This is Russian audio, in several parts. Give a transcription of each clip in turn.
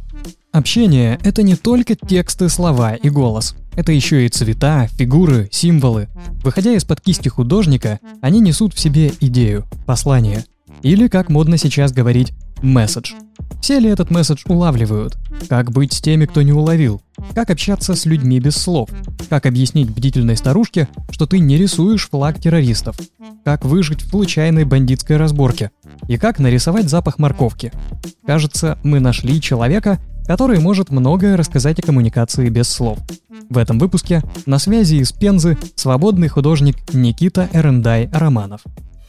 Общение — это не только тексты, слова и голос. Это еще и цвета, фигуры, символы. Выходя из-под кисти художника, они несут в себе идею, послание. Или, как модно сейчас говорить, месседж. Все ли этот месседж улавливают? Как быть с теми, кто не уловил? Как общаться с людьми без слов? Как объяснить бдительной старушке, что ты не рисуешь флаг террористов? Как выжить в случайной бандитской разборке? И как нарисовать запах морковки? Кажется, мы нашли человека, который может многое рассказать о коммуникации без слов. В этом выпуске на связи из Пензы свободный художник Никита Эрендай Романов.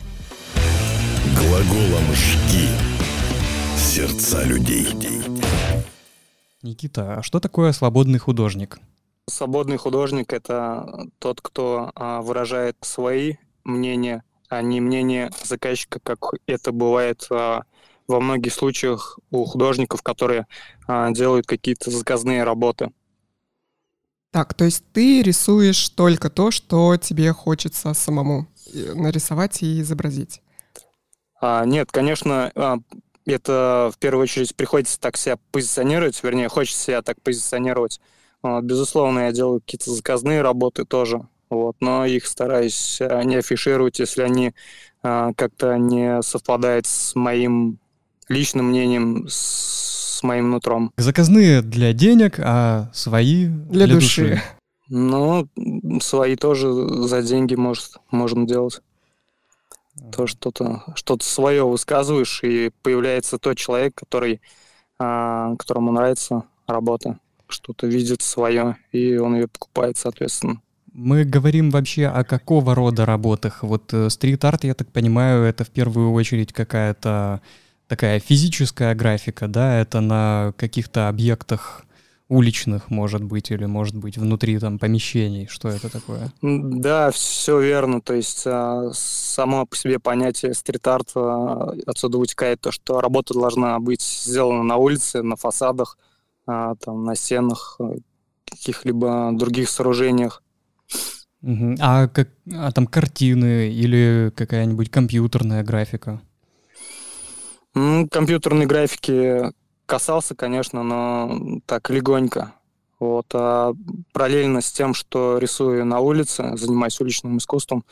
Глаголом «жги» сердца людей. Никита, а что такое свободный художник? Свободный художник — это тот, кто выражает свои мнения, а не мнение заказчика, как это бывает во многих случаях у художников, которые делают какие-то заказные работы. Так, то есть ты рисуешь только то, что тебе хочется самому нарисовать и изобразить? Нет, конечно, это в первую очередь приходится так себя позиционировать, вернее, хочется себя так позиционировать. Безусловно, я делаю какие-то заказные работы тоже, но их стараюсь не афишировать, если они как-то не совпадают с моим личным мнением, с моим нутром. Заказные для денег, а свои для души. Свои тоже за деньги можно делать. То что-то свое высказываешь, и появляется тот человек, которому нравится работа, что-то видит свое, и он ее покупает, соответственно. Мы говорим вообще о какого рода работах? Стрит-арт, я так понимаю, это в первую очередь какая-то такая физическая графика, да? Это на каких-то объектах уличных, может быть, или, может быть, внутри помещений. Что это такое? Да, все верно. То есть само по себе понятие стрит-арт отсюда вытекает то, что работа должна быть сделана на улице, на фасадах, на стенах, каких-либо других сооружениях. Угу. А там картины или какая-нибудь компьютерная графика? Компьютерной графики касался, конечно, но так легонько. А параллельно с тем, что рисую на улице, занимаюсь уличным искусством,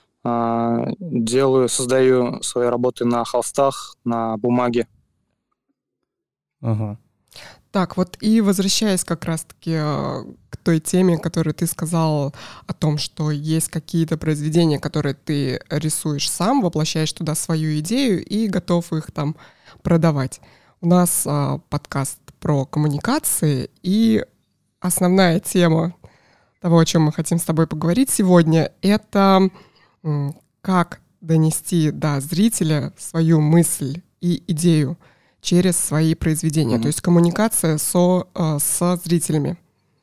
создаю свои работы на холстах, на бумаге. Ага. Так, и возвращаясь как раз-таки к той теме, которую ты сказал о том, что есть какие-то произведения, которые ты рисуешь сам, воплощаешь туда свою идею и готов их продавать. У нас подкаст про коммуникации, и основная тема того, о чем мы хотим с тобой поговорить сегодня, это как донести до зрителя свою мысль и идею через свои произведения, то есть коммуникация со зрителями.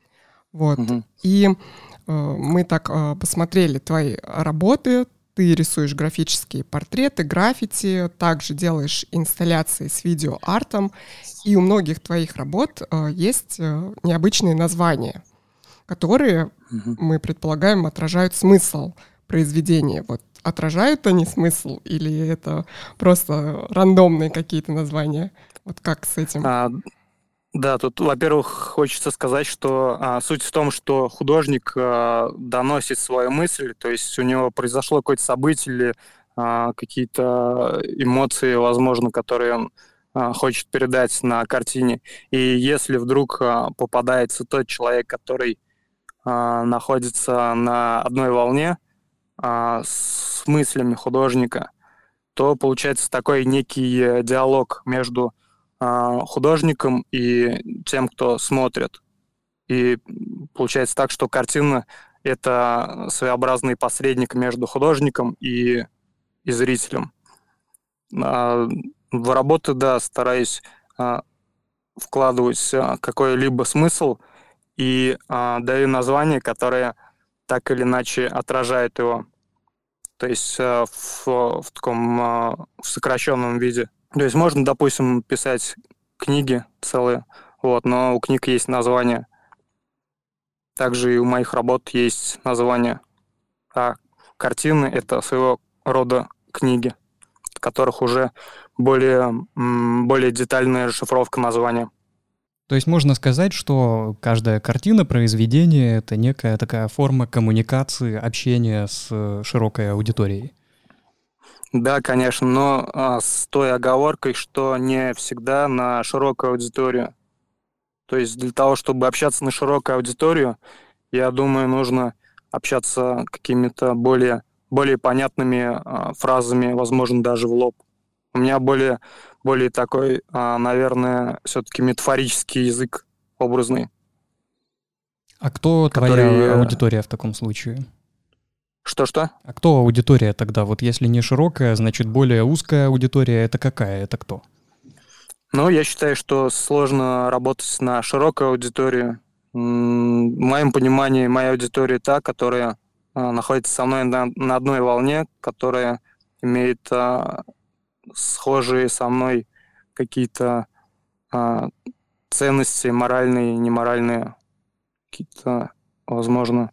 И мы так посмотрели твои работы. Ты рисуешь графические портреты, граффити, также делаешь инсталляции с видеоартом, и у многих твоих работ есть необычные названия, которые, мы предполагаем, отражают смысл произведения. Отражают они смысл или это просто рандомные какие-то названия? Как с этим? Да, тут, во-первых, хочется сказать, что суть в том, что художник доносит свою мысль, то есть у него произошло какое-то событие или какие-то эмоции, возможно, которые он хочет передать на картине. И если вдруг попадается тот человек, который находится на одной волне с мыслями художника, то получается такой некий диалог между художником и тем, кто смотрит. И получается так, что картина — это своеобразный посредник между художником и зрителем. В работы, да, стараюсь вкладывать какой-либо смысл и даю название, которое так или иначе отражает его. То есть в таком сокращенном виде. То есть можно, допустим, писать книги целые, но у книг есть название. Также и у моих работ есть название. А картины — это своего рода книги, в которых уже более детальная расшифровка названия. То есть можно сказать, что каждая картина, произведение — это некая такая форма коммуникации, общения с широкой аудиторией. Да, конечно, но с той оговоркой, что не всегда на широкую аудиторию. То есть для того, чтобы общаться на широкую аудиторию, я думаю, нужно общаться какими-то более понятными фразами, возможно, даже в лоб. У меня более такой, наверное, все-таки метафорический язык образный. А кто твоя который... аудитория в таком случае? Что-что? А кто аудитория тогда? Вот если не широкая, значит более узкая аудитория. Это какая? Это кто? Ну, я считаю, что сложно работать на широкую аудиторию. В моем понимании, моя аудитория та, которая находится со мной на одной волне, которая имеет схожие со мной какие-то ценности, моральные, неморальные, какие-то, возможно,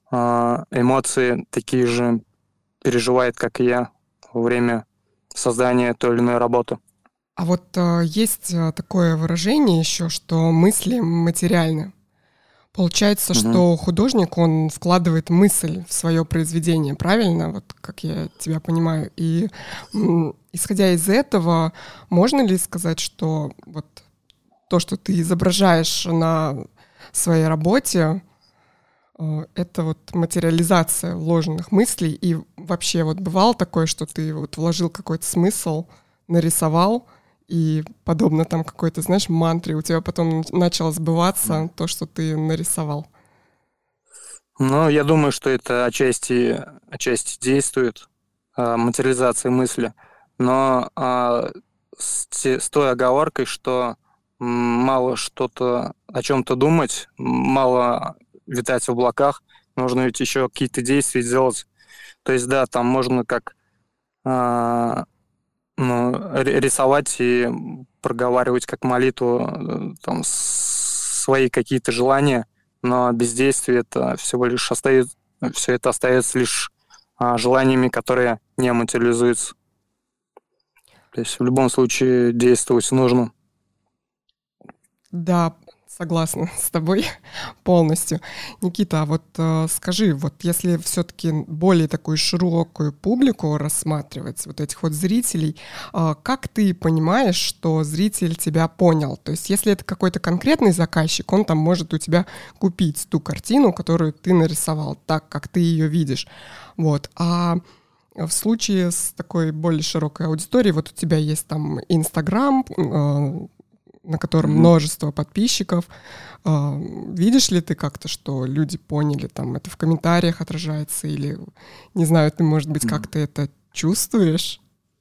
эмоции такие же переживает, как и я во время создания той или иной работы. А вот есть такое выражение еще, что мысли материальны. Получается, что художник, он вкладывает мысль в свое произведение, правильно? Вот как я тебя понимаю. И исходя из этого, можно ли сказать, что вот то, что ты изображаешь на своей работе, это вот материализация вложенных мыслей? И вообще вот бывало такое, что ты вот вложил какой-то смысл, нарисовал, и подобно там какой-то, знаешь, мантре, у тебя потом начало сбываться то, что ты нарисовал? Ну, я думаю, что это отчасти действует, материализация мысли, но с той оговоркой, что мало что-то о чем-то думать, мало витать в облаках, нужно ведь еще какие-то действия делать. То есть, да, там можно как рисовать и проговаривать как молитву там свои какие-то желания, но бездействие это всего лишь все это остается лишь желаниями, которые не материализуются. То есть в любом случае действовать нужно. Да, согласна с тобой полностью. Никита, а вот скажи, вот если все-таки более такую широкую публику рассматривать, вот этих вот зрителей, как ты понимаешь, что зритель тебя понял? То есть если это какой-то конкретный заказчик, он там может у тебя купить ту картину, которую ты нарисовал, так, как ты ее видишь. Вот. А в случае с такой более широкой аудиторией, вот у тебя есть там Инстаграм, на котором множество подписчиков. Видишь ли ты как-то, что люди поняли, там это в комментариях отражается, или, не знаю, ты, может быть, как-то это чувствуешь?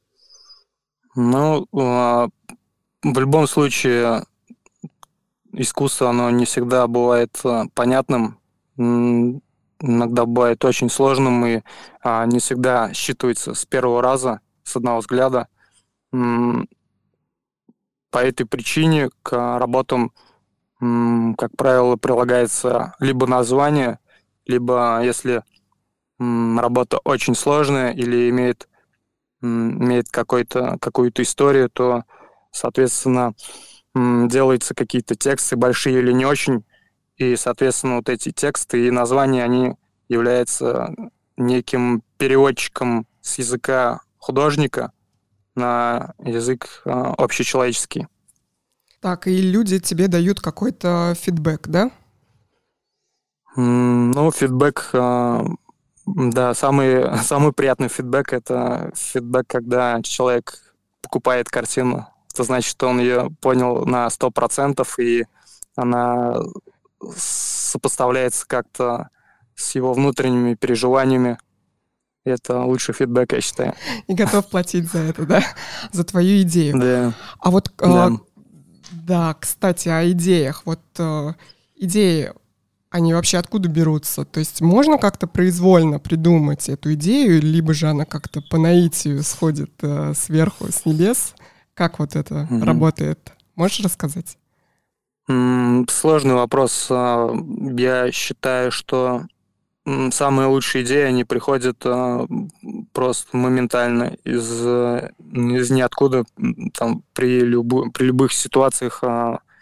Ну, в любом случае, искусство, оно не всегда бывает понятным, иногда бывает очень сложным и не всегда считывается с первого раза, с одного взгляда. По этой причине к работам, как правило, прилагается либо название, либо, если работа очень сложная или имеет какую-то историю, то, соответственно, делаются какие-то тексты, большие или не очень, и, соответственно, вот эти тексты и названия, они являются неким переводчиком с языка художника на язык общечеловеческий. Так, и люди тебе дают какой-то фидбэк, да? Ну, фидбэк, да, самый приятный фидбэк — это фидбэк, когда человек покупает картину. Это значит, что он ее понял на 100%, и она сопоставляется как-то с его внутренними переживаниями. Это лучший фидбэк, я считаю. И готов платить за это, да? За твою идею. Да. А вот, Да. да, кстати, о идеях. Вот идеи, они вообще откуда берутся? То есть можно как-то произвольно придумать эту идею, либо же она как-то по наитию сходит сверху, с небес? Как вот это работает? Можешь рассказать? Сложный вопрос. Я считаю, что самые лучшие идеи, они приходят просто моментально из ниоткуда. Там, при любых ситуациях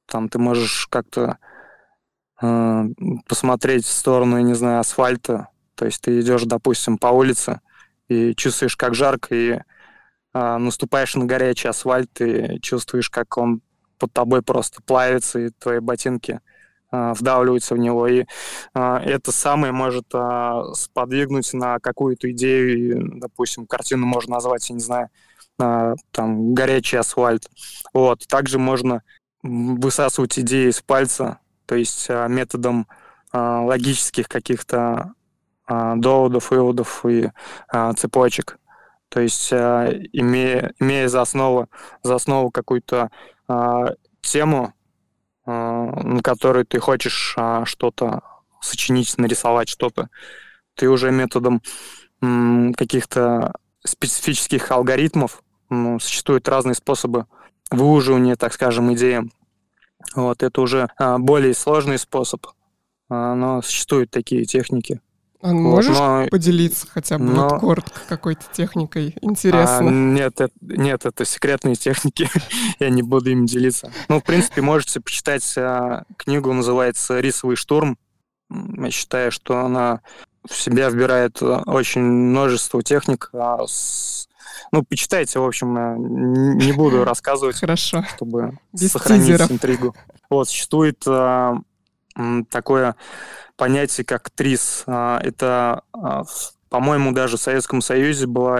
Там ты можешь как-то посмотреть в сторону, я не знаю, асфальта. То есть ты идешь, допустим, по улице и чувствуешь, как жарко, и наступаешь на горячий асфальт, и чувствуешь, как он под тобой просто плавится, и твои ботинки вдавливаются в него. И это самое может сподвигнуть на какую-то идею. И, допустим, картину можно назвать, я не знаю, там, «Горячий асфальт». Вот. Также можно высасывать идеи из пальца, то есть методом логических каких-то доводов, выводов и цепочек. То есть имея за основу какую-то тему, на которой ты хочешь что-то сочинить, нарисовать что-то, ты уже методом каких-то специфических алгоритмов, существуют разные способы выуживания, так скажем, идеи. Вот, это уже более сложный способ, но существуют такие техники. Можешь поделиться хотя бы вот коротко какой-то техникой? Интересно. Нет, это секретные техники. Я не буду им делиться. В принципе, можете почитать книгу, называется «Рисовый штурм». Я считаю, что она в себя вбирает очень множество техник. Почитайте, в общем, не буду рассказывать. Хорошо. Чтобы без сохранить тизеров. интригу. Вот, существует такое понятие, как ТРИС. Это, по-моему, даже в Советском Союзе была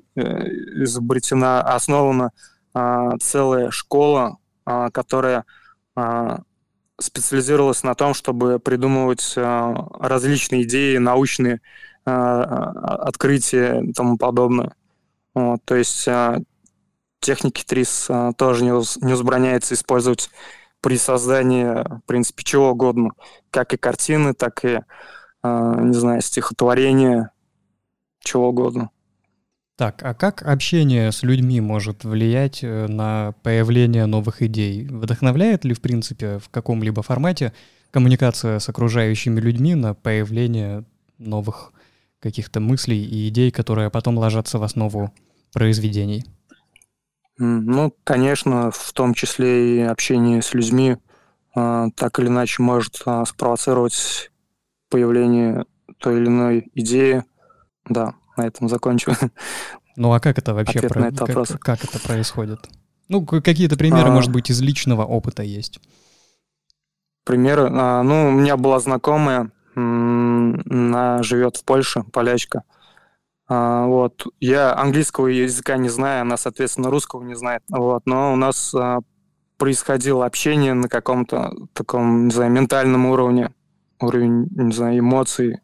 основана целая школа, которая специализировалась на том, чтобы придумывать различные идеи, научные открытия и тому подобное. Вот, то есть техники ТРИС тоже не возбраняется использовать при создании, в принципе, чего угодно. Как и картины, так и, не знаю, стихотворения, чего угодно. Так, а как общение с людьми может влиять на появление новых идей? Вдохновляет ли, в принципе, в каком-либо формате коммуникация с окружающими людьми на появление новых каких-то мыслей и идей, которые потом ложатся в основу произведений? Конечно, в том числе и общение с людьми так или иначе может спровоцировать появление той или иной идеи. Да, на этом закончу. А как это вообще Ответ на этот вопрос. Как это происходит? Какие-то примеры, может быть, из личного опыта есть. Примеры? У меня была знакомая, она живет в Польше, полячка. Вот. Я английского языка не знаю, она, соответственно, русского не знает. Вот. Но у нас происходило общение на каком-то таком, не знаю, ментальном уровне, не знаю, эмоций.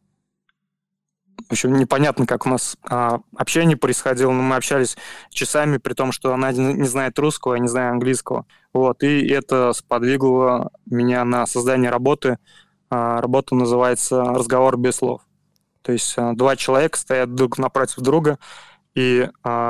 В общем, непонятно, как у нас общение происходило, но мы общались часами, при том, что она не знает русского, я не знаю английского. Вот. И это сподвигло меня на создание работы. Работа называется «Разговор без слов». То есть два человека стоят друг напротив друга, и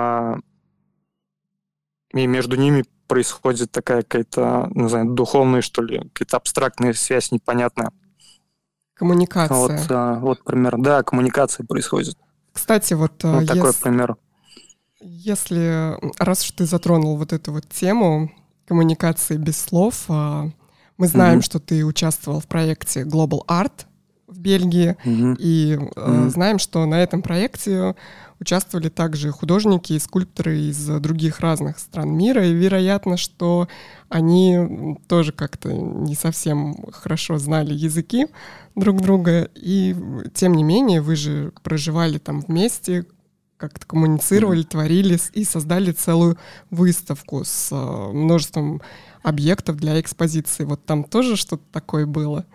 между ними происходит такая какая-то, не знаю, духовная, что ли, какая-то абстрактная связь непонятная. Коммуникация. Вот пример. Да, коммуникация происходит. Кстати, такой пример. Раз уж ты затронул вот эту вот тему коммуникации без слов, мы знаем, что ты участвовал в проекте Global Art в Бельгии, и знаем, что на этом проекте участвовали также художники и скульпторы из других разных стран мира, и вероятно, что они тоже как-то не совсем хорошо знали языки друг друга, и тем не менее вы же проживали там вместе, как-то коммуницировали, творили и создали целую выставку с множеством объектов для экспозиции. Вот там тоже что-то такое было?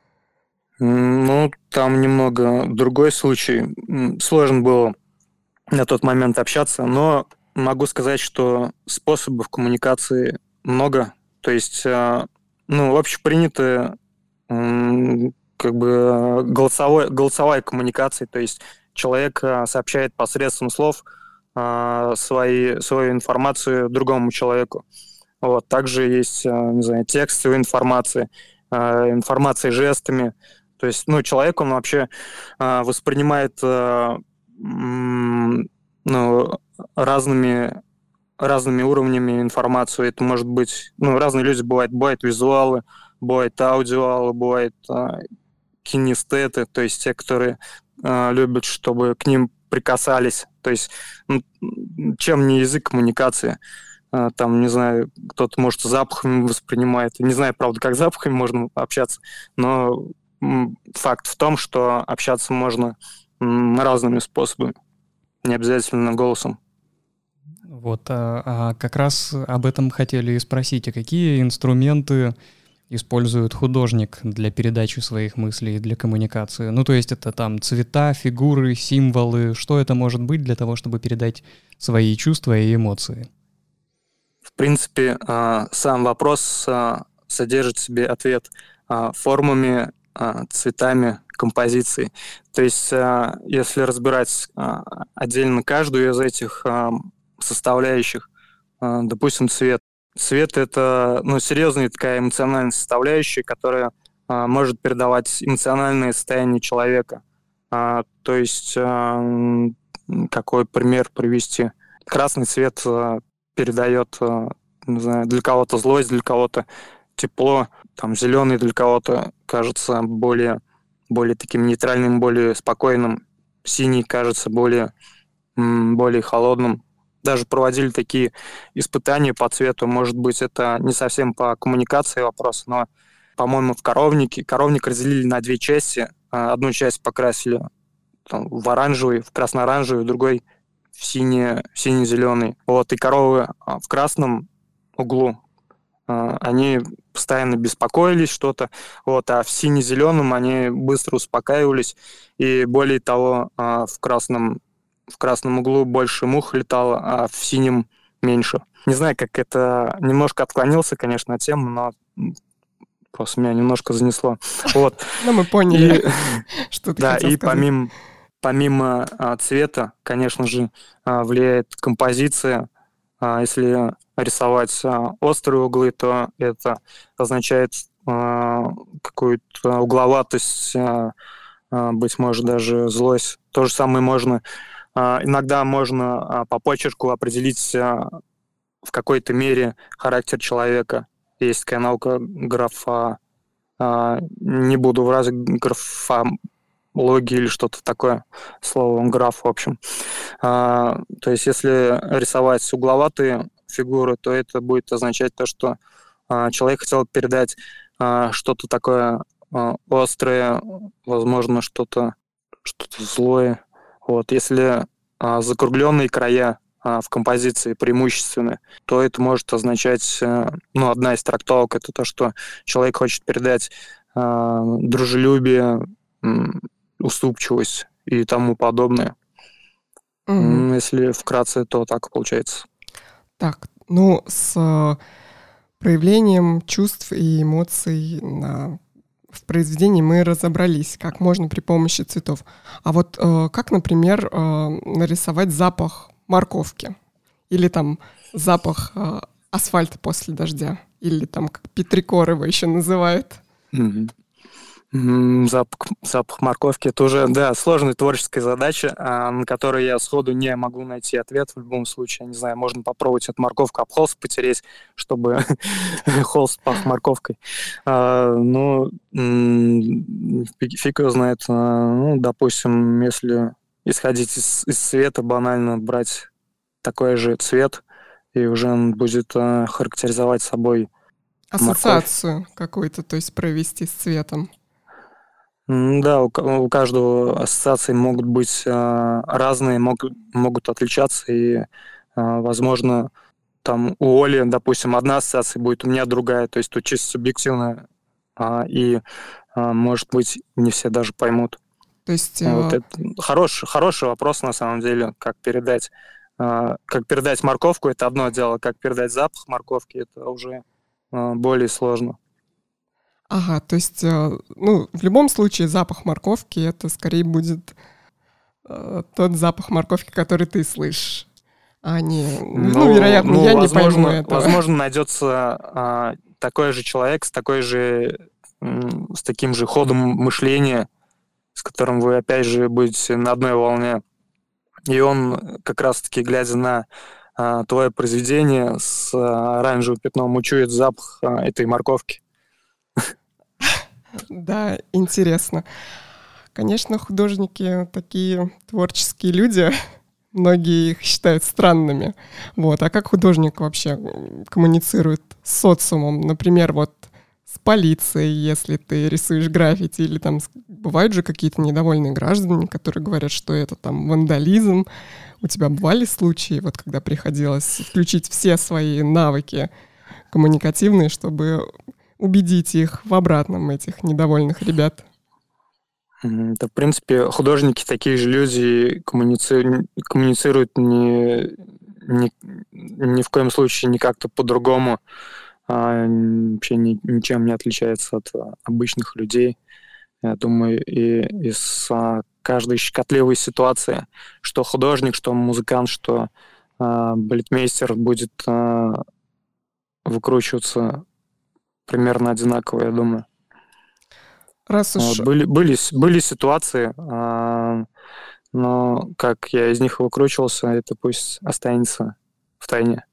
Там немного другой случай. Сложно было на тот момент общаться, но могу сказать, что способов коммуникации много. То есть, общепринятая голосовая коммуникация, то есть человек сообщает посредством слов свою информацию другому человеку. Вот. Также есть, не знаю, текстовая информация, информация жестами. То есть, человек, он вообще воспринимает разными разными уровнями информацию. Это может быть, разные люди бывают визуалы, бывают аудиалы, бывают кинестеты, то есть те, которые любят, чтобы к ним прикасались. То есть чем не язык коммуникации. Там, не знаю, кто-то, может, запахами воспринимает. Не знаю, правда, как с запахами можно общаться, но факт в том, что общаться можно разными способами, не обязательно голосом. Вот, как раз об этом хотели и спросить. А какие инструменты использует художник для передачи своих мыслей, для коммуникации? Ну, то есть это там цвета, фигуры, символы. Что это может быть для того, чтобы передать свои чувства и эмоции? В принципе, сам вопрос содержит в себе ответ формами, цветами, композицией. То есть, если разбирать отдельно каждую из этих составляющих, допустим, цвет. Цвет — это серьезная такая эмоциональная составляющая, которая может передавать эмоциональное состояние человека. То есть, какой пример привести? Красный цвет передает, не знаю, для кого-то злость, для кого-то тепло, там зеленый для кого-то кажется более таким нейтральным, более спокойным, синий кажется более холодным. Даже проводили такие испытания по цвету. Может быть, это не совсем по коммуникации вопрос, но, по-моему, коровник разделили на две части. Одну часть покрасили в оранжевый, в красно-оранжевый, другой в сине-зеленый. Вот, и коровы в красном углу, они постоянно беспокоились что-то, вот, а в сине-зеленом они быстро успокаивались, и более того, в красном углу больше мух летало, а в синем меньше. Не знаю, как это... Немножко отклонился, конечно, от темы, но просто меня немножко занесло. Вот. Ну, мы поняли, что ты хотел сказать. Да, и помимо цвета, конечно же, влияет композиция. Если рисовать острые углы, то это означает какую-то угловатость, быть может, даже злость. То же самое иногда можно по почерку определить в какой-то мере характер человека. Есть такая наука не буду врать, графология или что-то такое, словом граф, в общем. То есть если рисовать угловатые фигуры, то это будет означать то, что человек хотел передать что-то такое острое, возможно, что-то злое. Вот. Если закругленные края в композиции преимущественны, то это может означать, одна из трактовок, это то, что человек хочет передать дружелюбие, уступчивость и тому подобное. Если вкратце, то так получается. Так, с проявлением чувств и эмоций в произведении мы разобрались, как можно при помощи цветов. А вот как, например, нарисовать запах морковки? Или там запах асфальта после дождя? Или там, как петрикор его еще называют? Запах морковки — это уже, сложная творческая задача, на которую я сходу не могу найти ответ в любом случае. Не знаю, можно попробовать эту морковку об холст потереть, чтобы холст пах морковкой. Фиг его знает. Допустим, если исходить из цвета, банально брать такой же цвет, и уже он будет характеризовать собой ассоциацию морковь какую-то, то есть провести с цветом. Да, у каждого ассоциации могут быть разные, могут отличаться, и, возможно, там у Оли, допустим, одна ассоциация будет, у меня другая, то есть тут чисто субъективно, и, может быть, не все даже поймут. То есть... Вот это хороший вопрос, на самом деле, как передать морковку, это одно дело, как передать запах морковки, это уже более сложно. Ага, то есть, в любом случае запах морковки — это скорее будет тот запах морковки, который ты слышишь, а не... вероятно, я не пойму этого. Возможно, найдется такой же человек с таким же ходом мышления, с которым вы, опять же, будете на одной волне. И он, как раз-таки, глядя на твое произведение с оранжевым пятном учует запах этой морковки. Да, интересно. Конечно, художники такие творческие люди, многие их считают странными. Вот. А как художник вообще коммуницирует с социумом? Например, вот с полицией, если ты рисуешь граффити, или там бывают же какие-то недовольные граждане, которые говорят, что это там вандализм. У тебя бывали случаи, вот когда приходилось включить все свои навыки коммуникативные, чтобы убедить их в обратном, этих недовольных ребят? Да, в принципе, художники такие же люди, коммуницируют ни в коем случае не как-то по-другому, вообще ничем не отличается от обычных людей. Я думаю, и из каждой щекотливой ситуации, что художник, что музыкант, что балетмейстер будет выкручиваться примерно одинаково, я думаю. Раз уж... Были ситуации, но как я из них выкручивался, это пусть останется в тайне.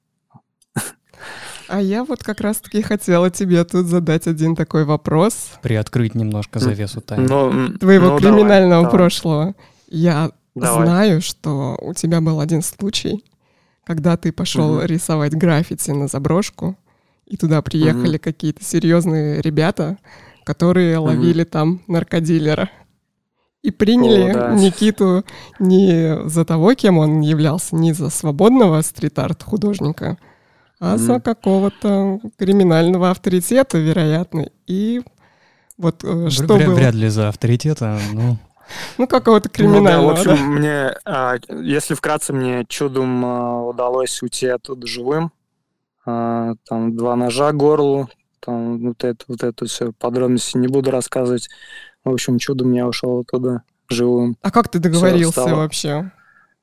А я вот как раз-таки хотела тебе тут задать один такой вопрос. Приоткрыть немножко завесу тайны. Твоего криминального прошлого. Я Давай. знаю, что у тебя был один случай, когда ты пошел рисовать граффити на заброшку, и туда приехали какие-то серьезные ребята, которые ловили там наркодилера. И приняли Никиту не за того, кем он являлся, не за свободного стрит-арт художника, а за какого-то криминального авторитета, вероятно. И вот что было? Вряд ли за авторитета, но... Ну, какого-то криминального, в общем, если вкратце, мне чудом удалось уйти оттуда живым. Там 2 ножа к горлу, там вот это все подробности не буду рассказывать. В общем, чудом я ушел оттуда живым. А как ты договорился вообще?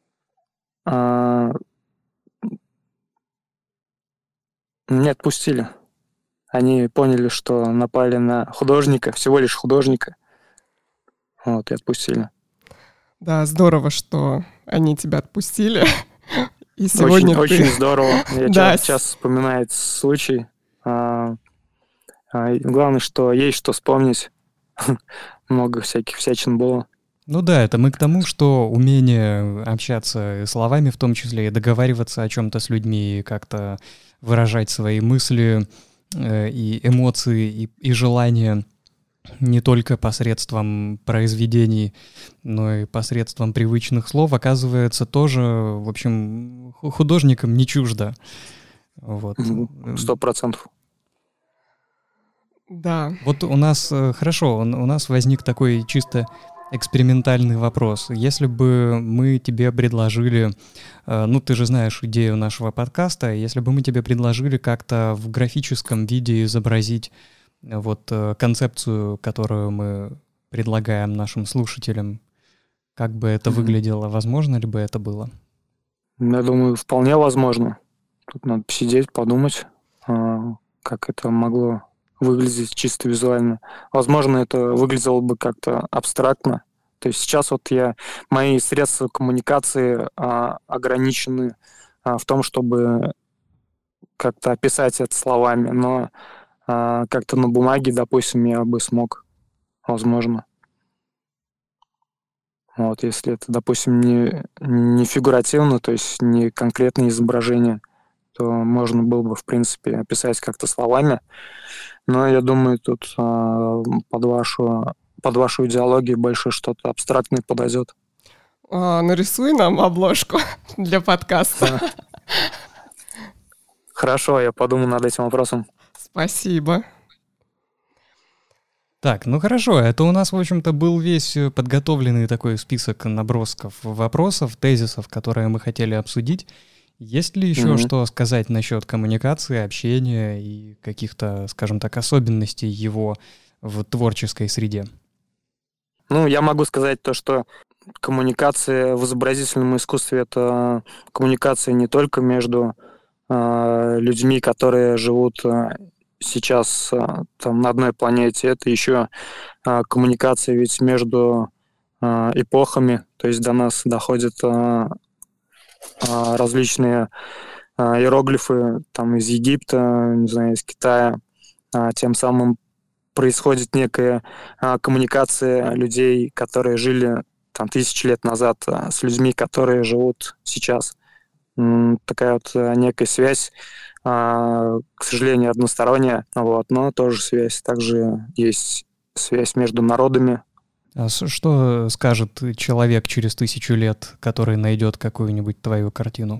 Меня отпустили. Они поняли, что напали на художника, всего лишь художника. Вот, и отпустили. Да, здорово, что они тебя отпустили. И сегодня очень здорово. Я сейчас вспоминаю этот случай. Главное, что есть что вспомнить. Много всяких всячин было. Ну да, это мы к тому, что умение общаться словами, в том числе и договариваться о чем-то с людьми, и как-то выражать свои мысли и эмоции, и желания не только посредством произведений, но и посредством привычных слов, оказывается, тоже, в общем, художникам не чуждо. Вот. 100%. Да. Вот у нас, хорошо, у нас возник такой чисто экспериментальный вопрос. Если бы мы тебе предложили, ну ты же знаешь идею нашего подкаста, если бы мы тебе предложили как-то в графическом виде изобразить вот концепцию, которую мы предлагаем нашим слушателям, как бы это выглядело, возможно ли бы это было? Я думаю, вполне возможно. Тут надо посидеть, подумать, как это могло выглядеть чисто визуально. Возможно, это выглядело бы как-то абстрактно. То есть сейчас вот мои средства коммуникации ограничены в том, чтобы как-то описать это словами, но как-то на бумаге, допустим, я бы смог, возможно. Вот, если это, допустим, не фигуративно, то есть не конкретное изображение, то можно было бы, в принципе, описать как-то словами. Но я думаю, тут под вашу идеологию больше что-то абстрактное подойдет. Нарисуй нам обложку для подкаста. Хорошо, я подумаю над этим вопросом. Спасибо. Так, ну хорошо, это у нас, в общем-то, был весь подготовленный такой список набросков вопросов, тезисов, которые мы хотели обсудить. Есть ли еще что сказать насчет коммуникации, общения и каких-то, скажем так, особенностей его в творческой среде? Ну, я могу сказать то, что коммуникация в изобразительном искусстве — это коммуникация не только между людьми, которые живут сейчас там на одной планете, это еще коммуникация ведь между эпохами, то есть до нас доходят различные иероглифы там из Египта, не знаю, из Китая. Тем самым происходит некая коммуникация людей, которые жили там 1000 лет назад, с людьми, которые живут сейчас. Такая вот некая связь, к сожалению, односторонняя, вот, но тоже связь. Также есть связь между народами. А что скажет человек через 1000 лет, который найдет какую-нибудь твою картину?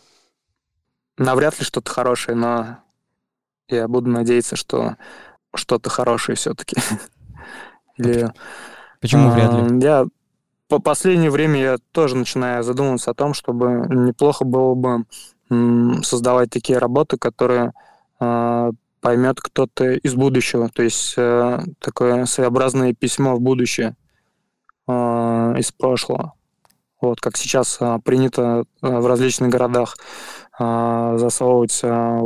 Навряд ли что-то хорошее, но я буду надеяться, что что-то хорошее все-таки. Или Почему вряд ли? я по последнее время я тоже начинаю задумываться о том, чтобы неплохо было бы создавать такие работы, которые поймет кто-то из будущего, то есть такое своеобразное письмо в будущее из прошлого. Вот как сейчас принято в различных городах засовывать,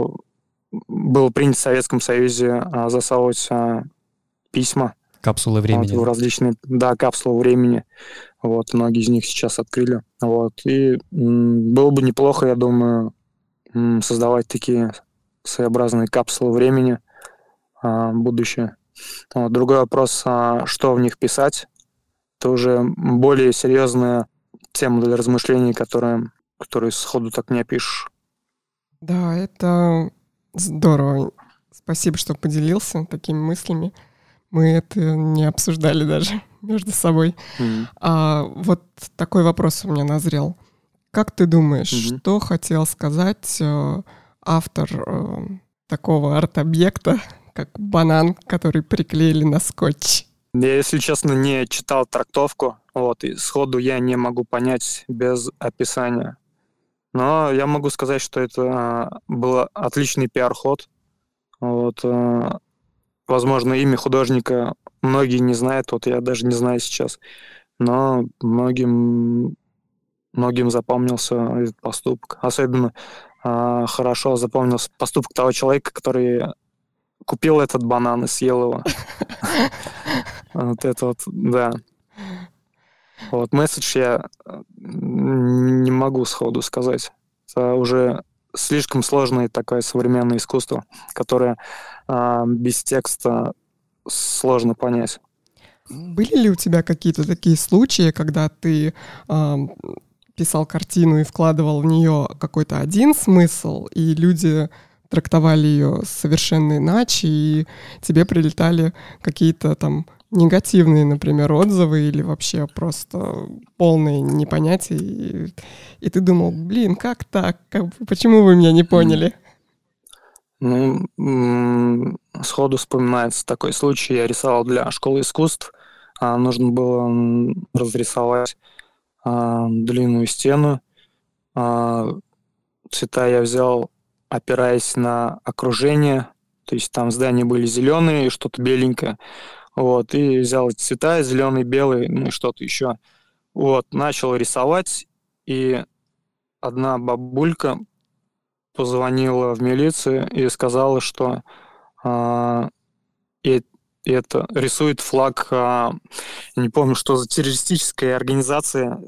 было принято в Советском Союзе засовывать письма. Капсулы времени. Вот, в различные, капсулы времени. Вот, многие из них сейчас открыли. Вот, и было бы неплохо, я думаю, создавать такие своеобразные капсулы времени будущее. Вот, другой вопрос, что в них писать, это уже более серьезная тема для размышлений, которые сходу так не опишешь. Да, это здорово. Спасибо, что поделился такими мыслями. Мы это не обсуждали даже между собой. Вот такой вопрос у меня назрел. Как ты думаешь, что хотел сказать автор такого арт-объекта, как банан, который приклеили на скотч? Я, если честно, не читал трактовку, вот, и сходу я не могу понять без описания. Но я могу сказать, что это был отличный пиар-ход. Вот, возможно, имя художника многие не знают, вот я даже не знаю сейчас, но многим запомнился этот поступок. Особенно хорошо запомнился поступок того человека, который купил этот банан и съел его. Вот это вот, да. Вот месседж я не могу сходу сказать. Это уже слишком сложное такое современное искусство, которое без текста сложно понять. Были ли у тебя какие-то такие случаи, когда ты писал картину и вкладывал в нее какой-то один смысл, и люди трактовали ее совершенно иначе, и тебе прилетали какие-то там негативные, например, отзывы или вообще просто полное непонятие, и ты думал, блин, как так? Почему вы меня не поняли? Ну, сходу вспоминается такой случай. Я рисовал для школы искусств. Нужно было разрисовать длинную стену. Цвета я взял, опираясь на окружение. То есть там здания были зеленые и что-то беленькое. Вот, и взял эти цвета, зеленый, белый, ну и что-то еще. Вот, начал рисовать, и одна бабулька позвонила в милицию и сказала, что это рисует флаг, я не помню, что за террористическая организация,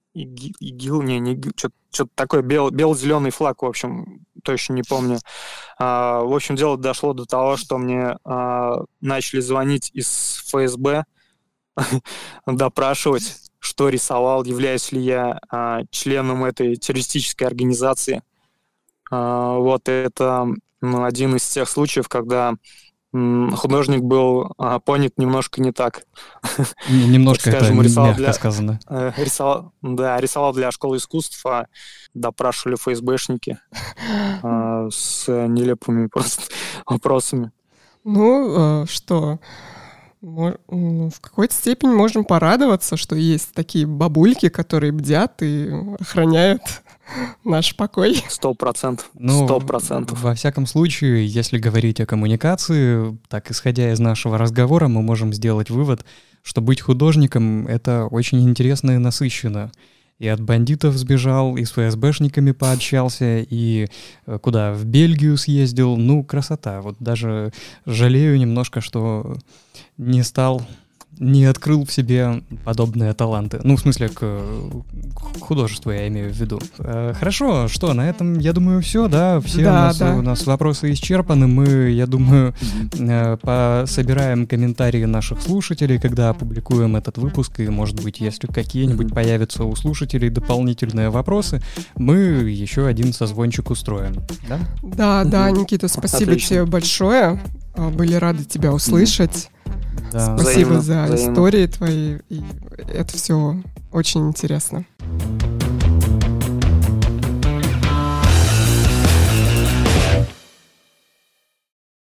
что-то такое, бело-зеленый флаг, в общем, точно не помню. В общем, дело дошло до того, что мне начали звонить из ФСБ, допрашивать, что рисовал, являюсь ли я членом этой террористической организации. Вот это один из тех случаев, когда художник был понят немножко не так. Немножко, скажем, это мягко сказано. Рисовал для школы искусств, а допрашивали ФСБшники с нелепыми просто вопросами. Ну, что... В какой-то степени можем порадоваться, что есть такие бабульки, которые бдят и охраняют наш покой. 100%. 100%. Ну, во всяком случае, если говорить о коммуникации, так, исходя из нашего разговора, мы можем сделать вывод, что быть художником — это очень интересно и насыщенно. И от бандитов сбежал, и с ФСБшниками пообщался, и куда? В Бельгию съездил. Ну, красота. Вот даже жалею немножко, что не стал не открыл в себе подобные таланты. Ну, в смысле, к художеству я имею в виду. Хорошо, что, на этом, я думаю, все, да? Все у нас вопросы исчерпаны. Мы, я думаю, пособираем комментарии наших слушателей, когда опубликуем этот выпуск, и, может быть, если какие-нибудь появятся у слушателей дополнительные вопросы, мы еще один созвончик устроим, да? Да, Никита, спасибо тебе большое. Были рады тебя услышать. Да. Спасибо за истории твои. И это все очень интересно.